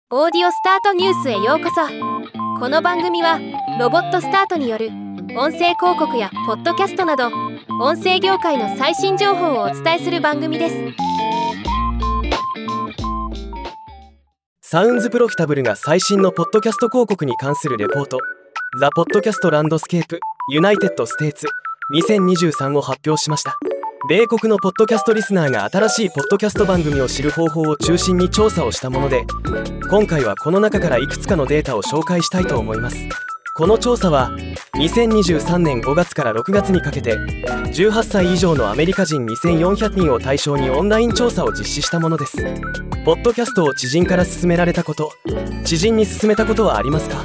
オーディオスタートニュースへようこそ。この番組はロボットスタートによる音声広告やポッドキャストなど音声業界の最新情報をお伝えする番組です。 サウンズプロフィタブルが最新のポッドキャスト広告に関するレポート、ザ・ポッドキャストランドスケープユナイテッド・ステーツ2023を発表しました。米国のポッドキャストリスナーが新しいポッドキャスト番組を知る方法を中心に調査をしたもので、今回はこの中からいくつかのデータを紹介したいと思います。この調査は2023年5月から6月にかけて18歳以上のアメリカ人2400人を対象にオンライン調査を実施したものです。ポッドキャストを知人から勧められたこと、知人に勧めたことはありますか？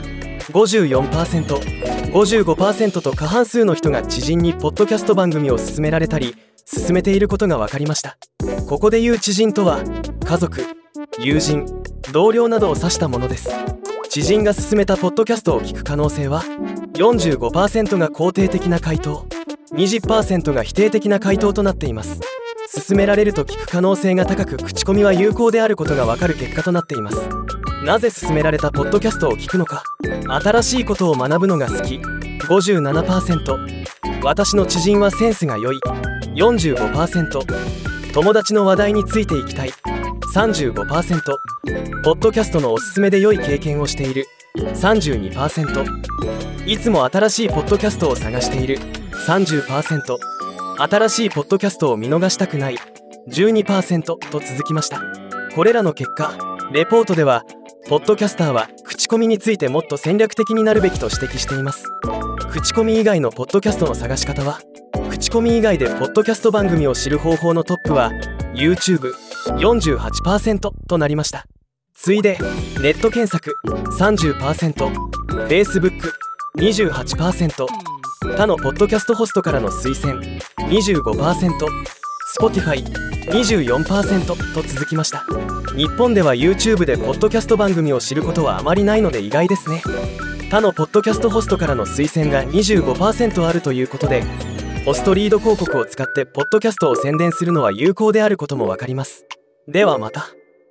54%、55% と過半数の人が知人にポッドキャスト番組を勧められたり勧めていることが分かりました。ここで言う知人とは家族、友人、同僚などを指したものです。知人が勧めたポッドキャストを聞く可能性は 45% が肯定的な回答、20% が否定的な回答となっています。勧められると聞く可能性が高く、口コミは有効であることが分かる結果となっています。なぜ勧められたポッドキャストを聞くのか。新しいことを学ぶのが好き 57%、 私の知人はセンスが良い 45%、 友達の話題についていきたい 35%、 ポッドキャストのおすすめで良い経験をしている 32%、 いつも新しいポッドキャストを探している 30%、 新しいポッドキャストを見逃したくない 12% と続きました。これらの結果、レポートではポッドキャスターは口コミについてもっと戦略的になるべきと指摘しています。口コミ以外のポッドキャストの探し方は、口コミ以外でポッドキャスト番組を知る方法のトップは YouTube 48% となりました。次いでネット検索 30%、 Facebook 28%、 他のポッドキャストホストからの推薦 25%、 Spotify 24% と続きました。日本では YouTube でポッドキャスト番組を知ることはあまりないので意外ですね。他のポッドキャストホストからの推薦が 25% あるということで、ホストリード広告を使ってポッドキャストを宣伝するのは有効であることも分かります。ではまた。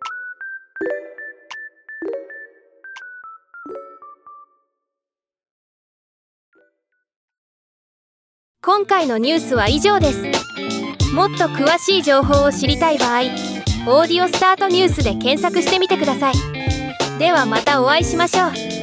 今回のニュースは以上です。もっと詳しい情報を知りたい場合、オーディオスタートニュースで検索してみてください。ではまたお会いしましょう。